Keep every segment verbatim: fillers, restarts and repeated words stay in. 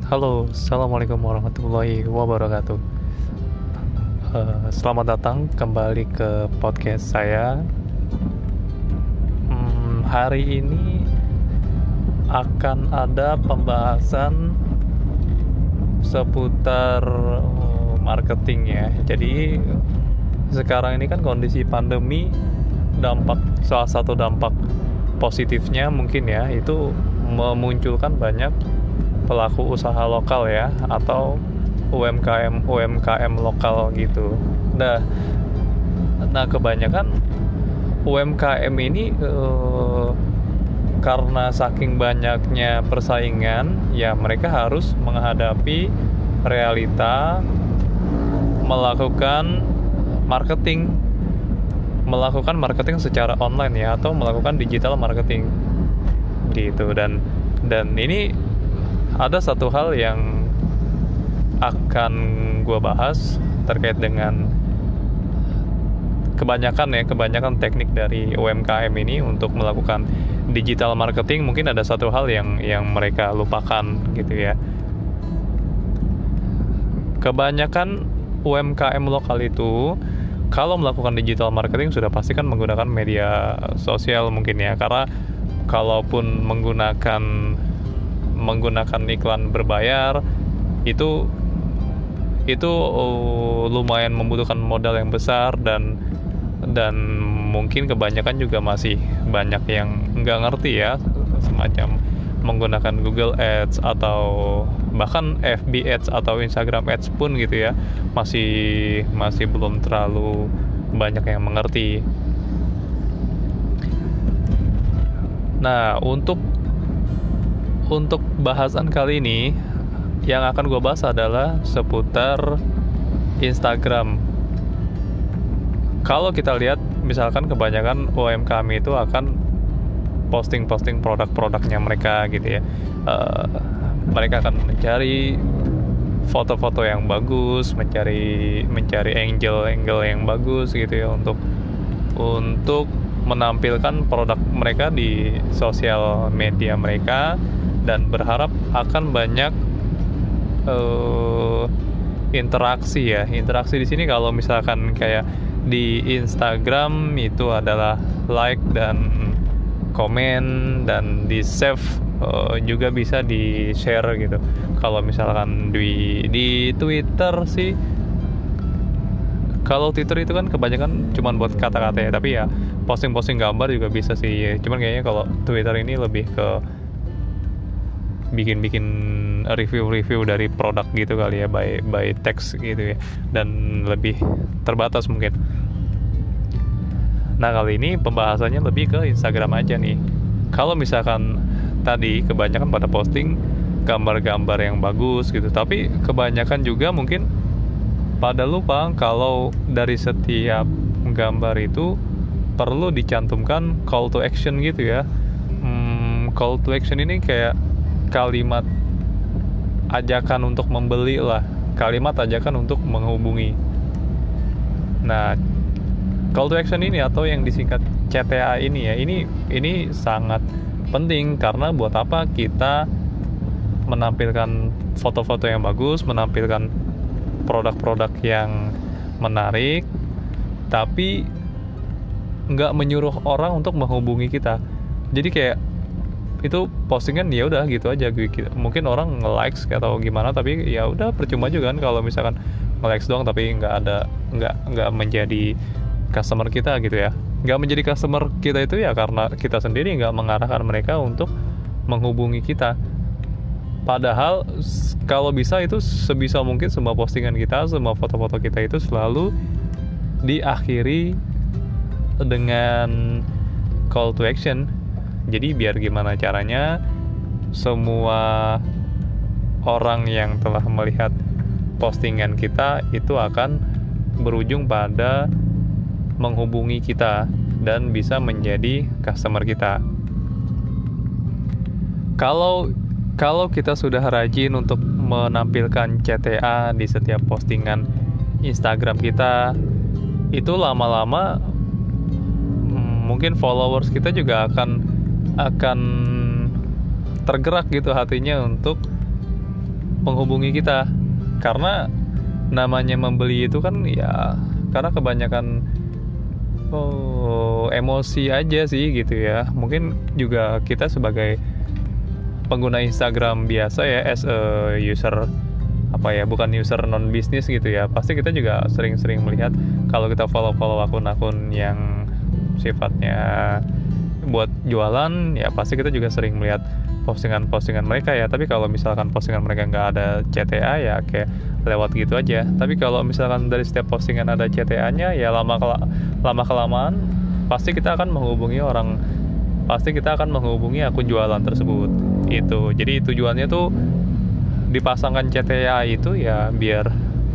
Halo, Assalamualaikum warahmatullahi wabarakatuh. Eh, selamat datang kembali ke podcast saya. Hmm, hari ini akan ada pembahasan seputar eh, marketing ya. Jadi sekarang ini kan kondisi pandemi, dampak salah satu dampak positifnya mungkin ya itu memunculkan banyak pelaku usaha lokal ya, atau U M K M U M K M lokal gitu. Nah, nah kebanyakan U M K M ini eh, karena saking banyaknya persaingan ya, mereka harus menghadapi realita melakukan marketing melakukan marketing secara online ya, atau melakukan digital marketing gitu. Dan dan ini ada satu hal yang akan gue bahas terkait dengan kebanyakan ya kebanyakan teknik dari U M K M ini untuk melakukan digital marketing. Mungkin ada satu hal yang yang mereka lupakan gitu ya. Kebanyakan U M K M lokal itu kalau melakukan digital marketing sudah pasti kan menggunakan media sosial mungkin ya, karena kalaupun menggunakan menggunakan iklan berbayar itu itu uh, lumayan membutuhkan modal yang besar, dan dan mungkin kebanyakan juga masih banyak yang nggak ngerti ya, semacam menggunakan Google Ads atau bahkan F B Ads atau Instagram Ads pun gitu ya, masih masih belum terlalu banyak yang mengerti. Nah, untuk untuk bahasan kali ini yang akan gue bahas adalah seputar Instagram. Kalau kita lihat misalkan kebanyakan U M K M itu akan posting-posting produk-produknya mereka gitu ya. Uh, mereka akan mencari foto-foto yang bagus, mencari mencari angle-angle yang bagus gitu ya, untuk untuk menampilkan produk mereka di sosial media mereka, dan berharap akan banyak uh, interaksi ya. Interaksi di sini kalau misalkan kayak di Instagram itu adalah like dan komen, dan di save uh, juga bisa di share gitu. Kalau misalkan di di Twitter sih, kalau Twitter itu kan kebanyakan cuman buat kata-kata ya, tapi ya posting-posting gambar juga bisa sih. Cuman kayaknya kalau Twitter ini lebih ke bikin-bikin review-review dari produk gitu kali ya, by by text gitu ya, dan lebih terbatas mungkin. Nah, kali ini pembahasannya lebih ke Instagram aja nih. Kalau misalkan tadi kebanyakan pada posting gambar-gambar yang bagus gitu, tapi kebanyakan juga mungkin pada lupa kalau dari setiap gambar itu perlu dicantumkan call to action gitu ya. Hmm, call to action ini kayak kalimat ajakan untuk membeli lah, kalimat ajakan untuk menghubungi. Nah, call to action ini atau yang disingkat C T A ini ya, ini ini sangat penting. Karena buat apa kita menampilkan foto-foto yang bagus, menampilkan produk-produk yang menarik, tapi nggak menyuruh orang untuk menghubungi kita. Jadi kayak itu postingan ya udah gitu aja gitu. Mungkin orang nge-likes atau gimana, tapi ya udah percuma juga kan kalau misalkan nge-likes doang tapi nggak ada nggak nggak menjadi customer kita gitu ya. Nggak menjadi customer kita itu ya karena kita sendiri nggak mengarahkan mereka untuk menghubungi kita. Padahal kalau bisa itu sebisa mungkin semua postingan kita, semua foto-foto kita itu selalu diakhiri dengan call to action. Jadi biar gimana caranya semua orang yang telah melihat postingan kita itu akan berujung pada menghubungi kita dan bisa menjadi customer kita. Kalau kalau kita sudah rajin untuk menampilkan C T A di setiap postingan Instagram kita, itu lama-lama mungkin followers kita juga akan akan tergerak gitu hatinya untuk menghubungi kita. Karena namanya membeli itu kan ya karena kebanyakan oh, emosi aja sih gitu ya. Mungkin juga kita sebagai pengguna Instagram biasa ya, as a user apa ya, bukan user non bisnis gitu ya, pasti kita juga sering-sering melihat kalau kita follow-follow akun-akun yang sifatnya buat jualan ya, pasti kita juga sering melihat postingan-postingan mereka ya. Tapi kalau misalkan postingan mereka nggak ada C T A ya kayak lewat gitu aja. Tapi kalau misalkan dari setiap postingan ada C T A-nya ya lama lama kelamaan pasti kita akan menghubungi orang, pasti kita akan menghubungi akun jualan tersebut. Itu jadi tujuannya tuh dipasangkan C T A itu ya biar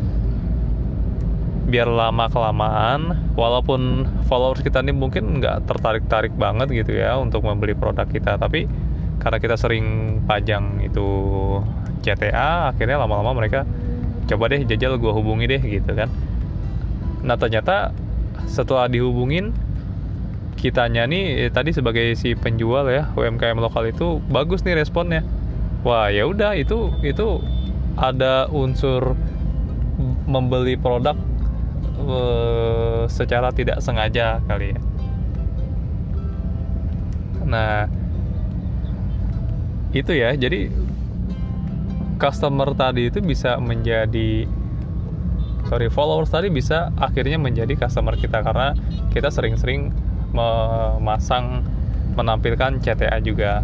biar lama kelamaan walaupun followers kita ini mungkin nggak tertarik-tarik banget gitu ya untuk membeli produk kita, tapi karena kita sering pajang itu C T A, akhirnya lama-lama mereka coba deh jajal gue hubungi deh gitu kan. Nah ternyata setelah dihubungin kitanya nih eh, tadi sebagai si penjual ya U M K M lokal itu bagus nih responnya. Wah ya udah itu itu ada unsur membeli produk uh, secara tidak sengaja kali ya. Nah itu ya, jadi customer tadi itu bisa menjadi sorry followers tadi bisa akhirnya menjadi customer kita karena kita sering-sering memasang menampilkan C T A juga.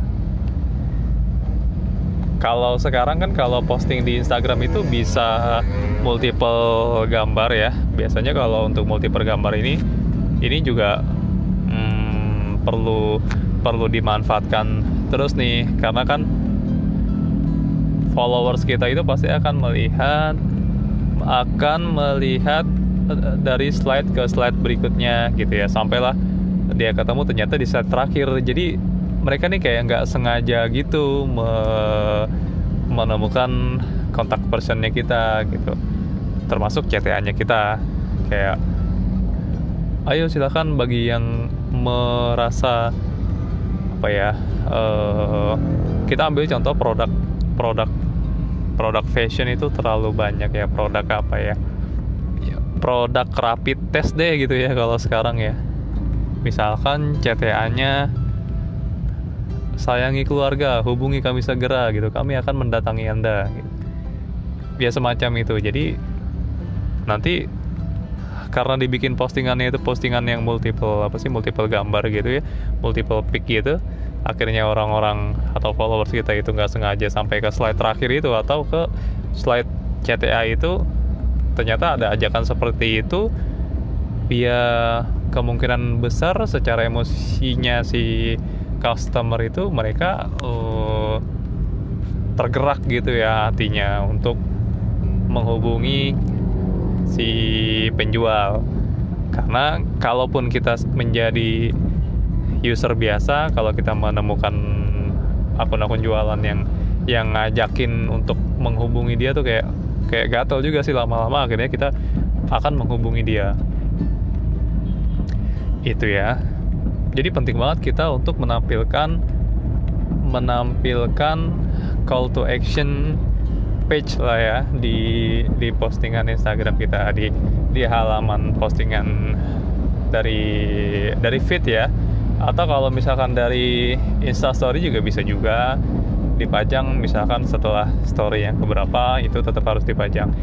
Kalau sekarang kan kalau posting di Instagram itu bisa multiple gambar ya. Biasanya kalau untuk multiple gambar ini ini juga hmm, perlu perlu dimanfaatkan terus nih, karena kan followers kita itu pasti akan melihat akan melihat dari slide ke slide berikutnya gitu ya, sampailah dia ketemu ternyata di slide terakhir. Jadi mereka nih kayak nggak sengaja gitu me- menemukan kontak personnya kita gitu, termasuk C T A-nya kita. Kayak ayo silakan bagi yang merasa apa ya, uh, kita ambil contoh produk produk produk fashion itu terlalu banyak ya, produk apa ya, ya produk rapid test deh gitu ya kalau sekarang ya. Misalkan C T A-nya sayangi keluarga, hubungi kami segera gitu, kami akan mendatangi Anda gitu. Ya semacam itu. Jadi nanti karena dibikin postingannya itu postingan yang multiple apa sih multiple gambar gitu ya, multiple pic gitu, akhirnya orang-orang atau followers kita itu nggak sengaja sampai ke slide terakhir itu atau ke slide C T A itu, ternyata ada ajakan seperti itu, ya kemungkinan besar secara emosinya si customer itu mereka uh, tergerak gitu ya hatinya untuk menghubungi si penjual. Karena kalaupun kita menjadi user biasa, kalau kita menemukan akun-akun jualan yang yang ngajakin untuk menghubungi dia tuh kayak kayak gatel juga sih lama-lama, akhirnya kita akan menghubungi dia. Itu ya. Jadi penting banget kita untuk menampilkan menampilkan call to action page lah ya di di postingan Instagram kita, di di halaman postingan dari dari feed ya, atau kalau misalkan dari Instastory juga bisa juga dipajang, misalkan setelah story yang keberapa itu tetap harus dipajang.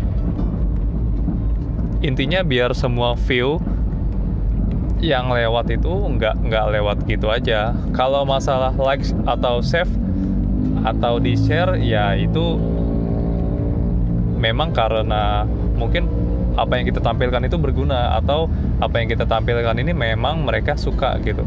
Intinya biar semua view yang lewat itu nggak nggak lewat gitu aja. Kalau masalah likes atau save atau di share ya itu memang karena mungkin apa yang kita tampilkan itu berguna, atau apa yang kita tampilkan ini memang mereka suka gitu.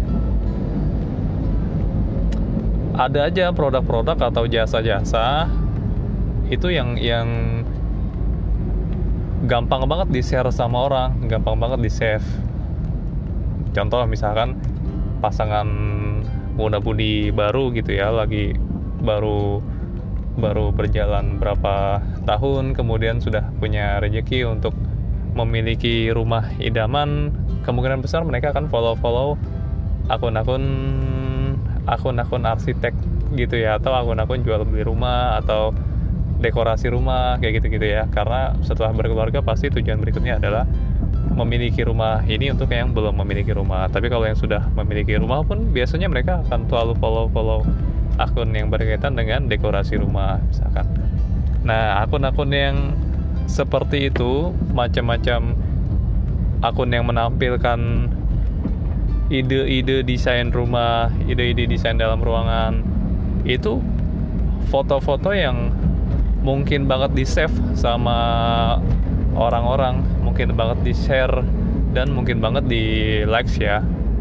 Ada aja produk-produk atau jasa-jasa itu yang yang gampang banget di share sama orang, gampang banget di save. Contoh misalkan pasangan muda-mudi baru gitu ya, lagi baru baru berjalan berapa tahun, kemudian sudah punya rezeki untuk memiliki rumah idaman, kemungkinan besar mereka akan follow-follow akun-akun akun-akun arsitek gitu ya, atau akun-akun jual beli rumah, atau dekorasi rumah kayak gitu-gitu ya. Karena setelah berkeluarga pasti tujuan berikutnya adalah memiliki rumah ini untuk yang belum memiliki rumah. Tapi kalau yang sudah memiliki rumah pun biasanya mereka akan selalu follow-follow akun yang berkaitan dengan dekorasi rumah misalkan. Nah, akun-akun yang seperti itu, macam-macam akun yang menampilkan ide-ide desain rumah, ide-ide desain dalam ruangan, itu foto-foto yang mungkin banget di-save sama orang-orang, mungkin banget di-share, dan mungkin banget di-likes ya.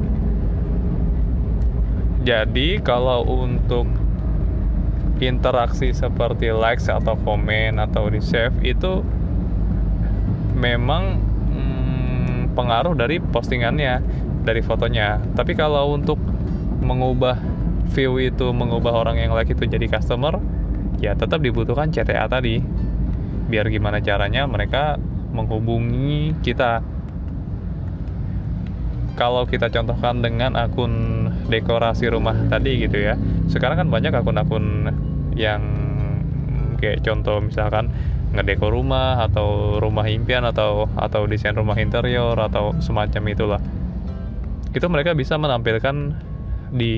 Jadi kalau untuk interaksi seperti likes atau komen atau di-save itu memang hmm, pengaruh dari postingannya, dari fotonya. Tapi kalau untuk mengubah view itu, mengubah orang yang like itu jadi customer, ya tetap dibutuhkan C T A tadi. Biar gimana caranya mereka menghubungi kita. Kalau kita contohkan dengan akun dekorasi rumah tadi gitu ya, sekarang kan banyak akun-akun yang kayak contoh misalkan ngedekor rumah atau rumah impian atau atau desain rumah interior atau semacam itulah. Itu mereka bisa menampilkan di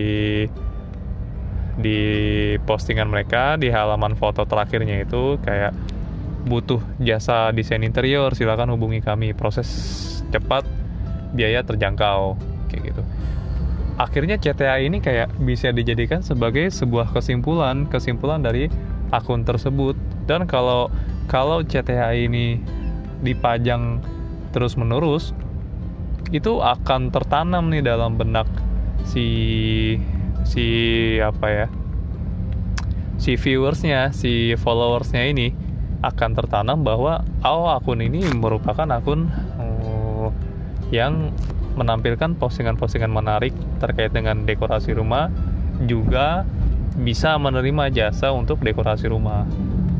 di postingan mereka, di halaman foto terakhirnya itu kayak butuh jasa desain interior, silakan hubungi kami, proses cepat, biaya terjangkau, kayak gitu. Akhirnya C T A ini kayak bisa dijadikan sebagai sebuah kesimpulan, kesimpulan dari akun tersebut. Dan kalau kalau C T A ini dipajang terus-menerus, itu akan tertanam nih dalam benak si si apa ya? si viewersnya, si followersnya ini akan tertanam bahwa oh akun ini merupakan akun oh, yang menampilkan postingan-postingan menarik terkait dengan dekorasi rumah, juga bisa menerima jasa untuk dekorasi rumah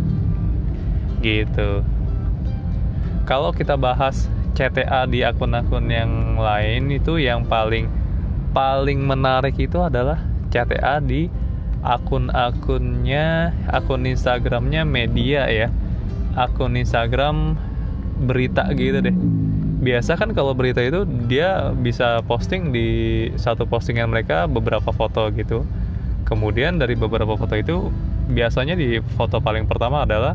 gitu. Kalau kita bahas C T A di akun-akun yang lain, itu yang paling paling menarik itu adalah C T A di akun-akunnya, akun Instagramnya media ya, akun Instagram berita gitu deh. Biasa kan kalau berita itu dia bisa posting di satu postingan mereka beberapa foto gitu. Kemudian dari beberapa foto itu biasanya di foto paling pertama adalah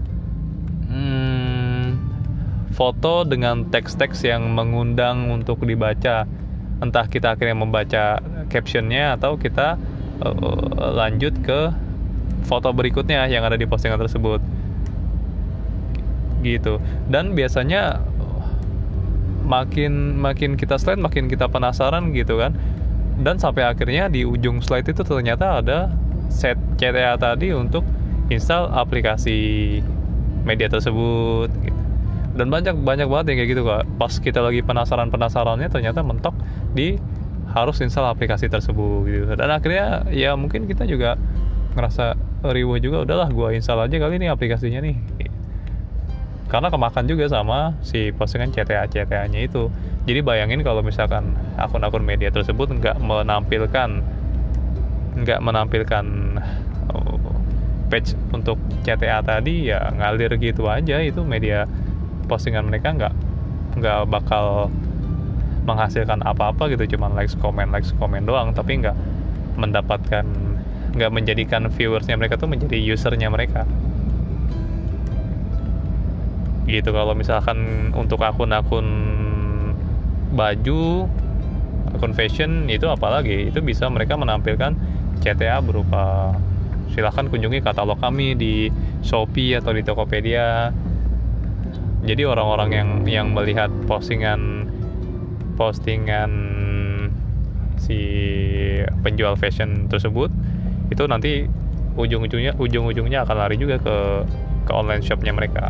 hmm, foto dengan teks-teks yang mengundang untuk dibaca. Entah kita akhirnya membaca captionnya atau kita uh, lanjut ke foto berikutnya yang ada di postingan tersebut gitu. Dan biasanya makin makin kita slide makin kita penasaran gitu kan, dan sampai akhirnya di ujung slide itu ternyata ada set C T A tadi untuk install aplikasi media tersebut gitu. Dan banyak banyak banget yang kayak gitu kok. Pas kita lagi penasaran penasarannya ternyata mentok di harus install aplikasi tersebut gitu. Dan akhirnya ya mungkin kita juga ngerasa riweh juga, udahlah gua install aja kali ini aplikasinya nih. Karena kemakan juga sama si postingan C T A-C T A-nya itu. Jadi bayangin kalau misalkan akun-akun media tersebut nggak menampilkan nggak menampilkan oh, page untuk C T A tadi, ya ngalir gitu aja, itu media postingan mereka nggak nggak bakal menghasilkan apa-apa gitu, cuman likes komen likes komen doang, tapi nggak mendapatkan, nggak menjadikan viewersnya mereka tuh menjadi usernya mereka gitu. Kalau misalkan untuk akun-akun baju, akun fashion itu apalagi, itu bisa mereka menampilkan C T A berupa silahkan kunjungi katalog kami di Shopee atau di Tokopedia. Jadi orang-orang yang yang melihat postingan postingan si penjual fashion tersebut itu nanti ujung-ujungnya ujung-ujungnya akan lari juga ke ke online shopnya mereka.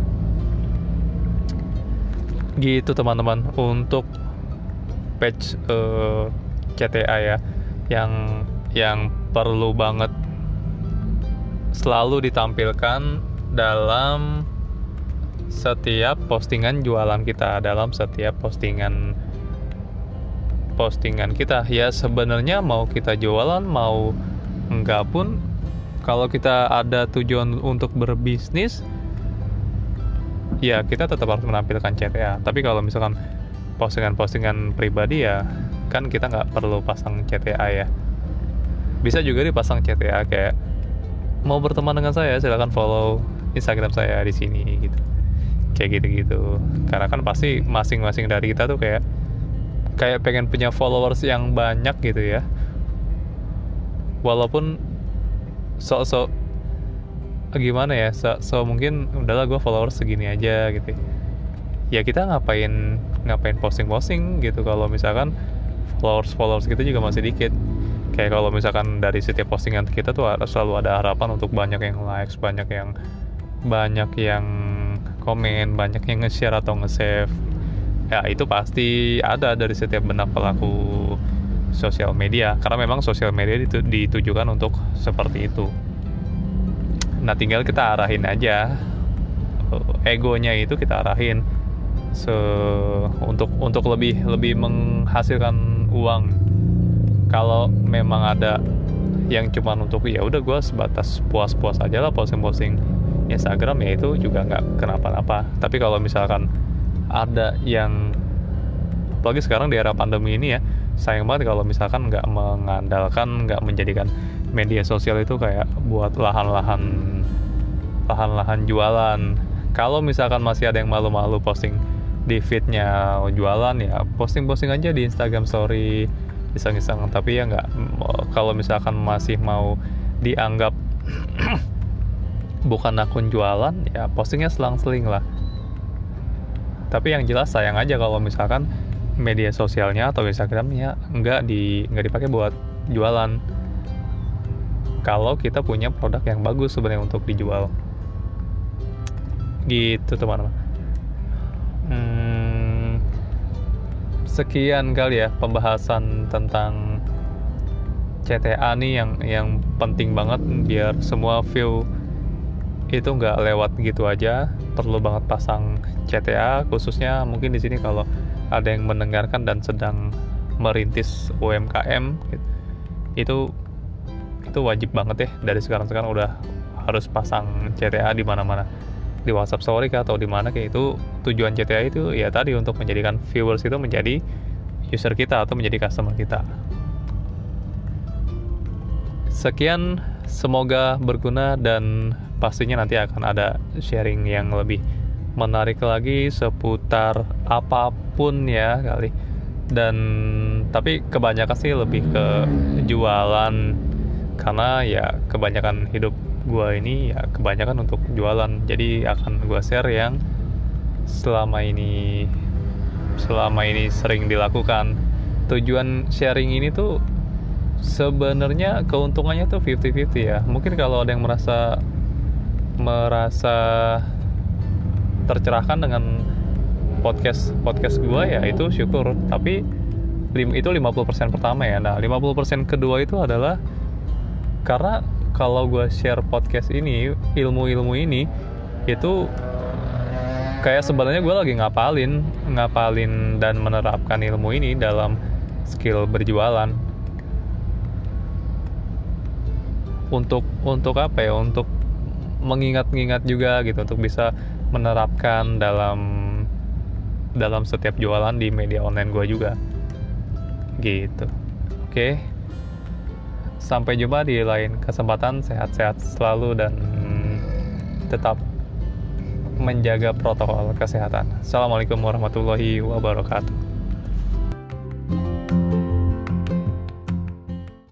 Gitu teman-teman untuk page uh, C T A ya, yang yang perlu banget selalu ditampilkan dalam setiap postingan jualan kita, dalam setiap postingan postingan kita ya. Sebenarnya mau kita jualan mau enggak pun, Kalau kita ada tujuan untuk berbisnis, ya kita tetap harus menampilkan C T A. Tapi kalau misalkan postingan-postingan pribadi ya kan kita nggak perlu pasang C T A ya. Bisa juga dipasang C T A kayak mau berteman dengan saya silakan follow Instagram saya di sini gitu. Kayak gitu-gitu. Karena kan pasti masing-masing dari kita tuh kayak kayak pengen punya followers yang banyak gitu ya. Walaupun sok-sok gimana ya, so, so mungkin udahlah gue followers segini aja gitu ya, kita ngapain ngapain posting-posting gitu kalau misalkan followers followers kita juga masih dikit. Kayak kalau misalkan dari setiap postingan kita tuh selalu ada harapan untuk banyak yang likes, banyak yang banyak yang komen, banyak yang nge-share atau nge-save ya, itu pasti ada dari setiap benak pelaku sosial media, karena memang sosial media itu ditujukan untuk seperti itu. Nah tinggal kita arahin aja egonya itu, kita arahin so, untuk untuk lebih lebih menghasilkan uang. Kalau memang ada yang cuman untuk ya udah gue sebatas puas-puas aja lah posting-posting Instagram, ya itu juga nggak kenapa-napa. Tapi kalau misalkan ada yang, apalagi sekarang di era pandemi ini ya, sayang banget kalau misalkan nggak mengandalkan, nggak menjadikan media sosial itu kayak buat lahan-lahan lahan-lahan jualan. Kalau misalkan masih ada yang malu-malu posting di feednya jualan, ya posting-posting aja di Instagram Story iseng-iseng. Tapi ya nggak, kalau misalkan masih mau dianggap bukan akun jualan, ya postingnya selang-seling lah. Tapi yang jelas sayang aja kalau misalkan media sosialnya atau Instagramnya nggak di nggak dipakai buat jualan. Kalau kita punya produk yang bagus sebenarnya untuk dijual, gitu teman-teman. Hmm, sekian kali ya pembahasan tentang C T A nih yang yang penting banget biar semua view itu nggak lewat gitu aja. Perlu banget pasang C T A, khususnya mungkin di sini kalau ada yang mendengarkan dan sedang merintis U M K M gitu, itu itu wajib banget ya, dari sekarang-sekarang udah harus pasang C T A di mana-mana, di WhatsApp Story kah, atau di mana kayak itu. Tujuan C T A itu ya tadi untuk menjadikan viewers itu menjadi user kita atau menjadi customer kita. Sekian, semoga berguna dan pastinya nanti akan ada sharing yang lebih menarik lagi seputar apapun ya kali. Dan tapi kebanyakan sih lebih ke jualan, karena ya kebanyakan hidup gue ini ya kebanyakan untuk jualan. Jadi akan gue share yang selama ini selama ini sering dilakukan. Tujuan sharing ini tuh sebenarnya keuntungannya tuh fifty-fifty ya. Mungkin kalau ada yang merasa merasa tercerahkan dengan podcast podcast gue ya itu syukur. Tapi itu lima puluh persen pertama ya. Nah lima puluh persen kedua itu adalah karena kalau gue share podcast ini, ilmu-ilmu ini itu kayak sebenarnya gue lagi ngapalin ngapalin dan menerapkan ilmu ini dalam skill berjualan. Untuk untuk apa ya? Untuk mengingat-ingat juga gitu, untuk bisa menerapkan dalam dalam setiap jualan di media online gue juga gitu. Oke, sampai jumpa di lain kesempatan. Sehat-sehat selalu dan tetap menjaga protokol kesehatan. Assalamualaikum warahmatullahi wabarakatuh.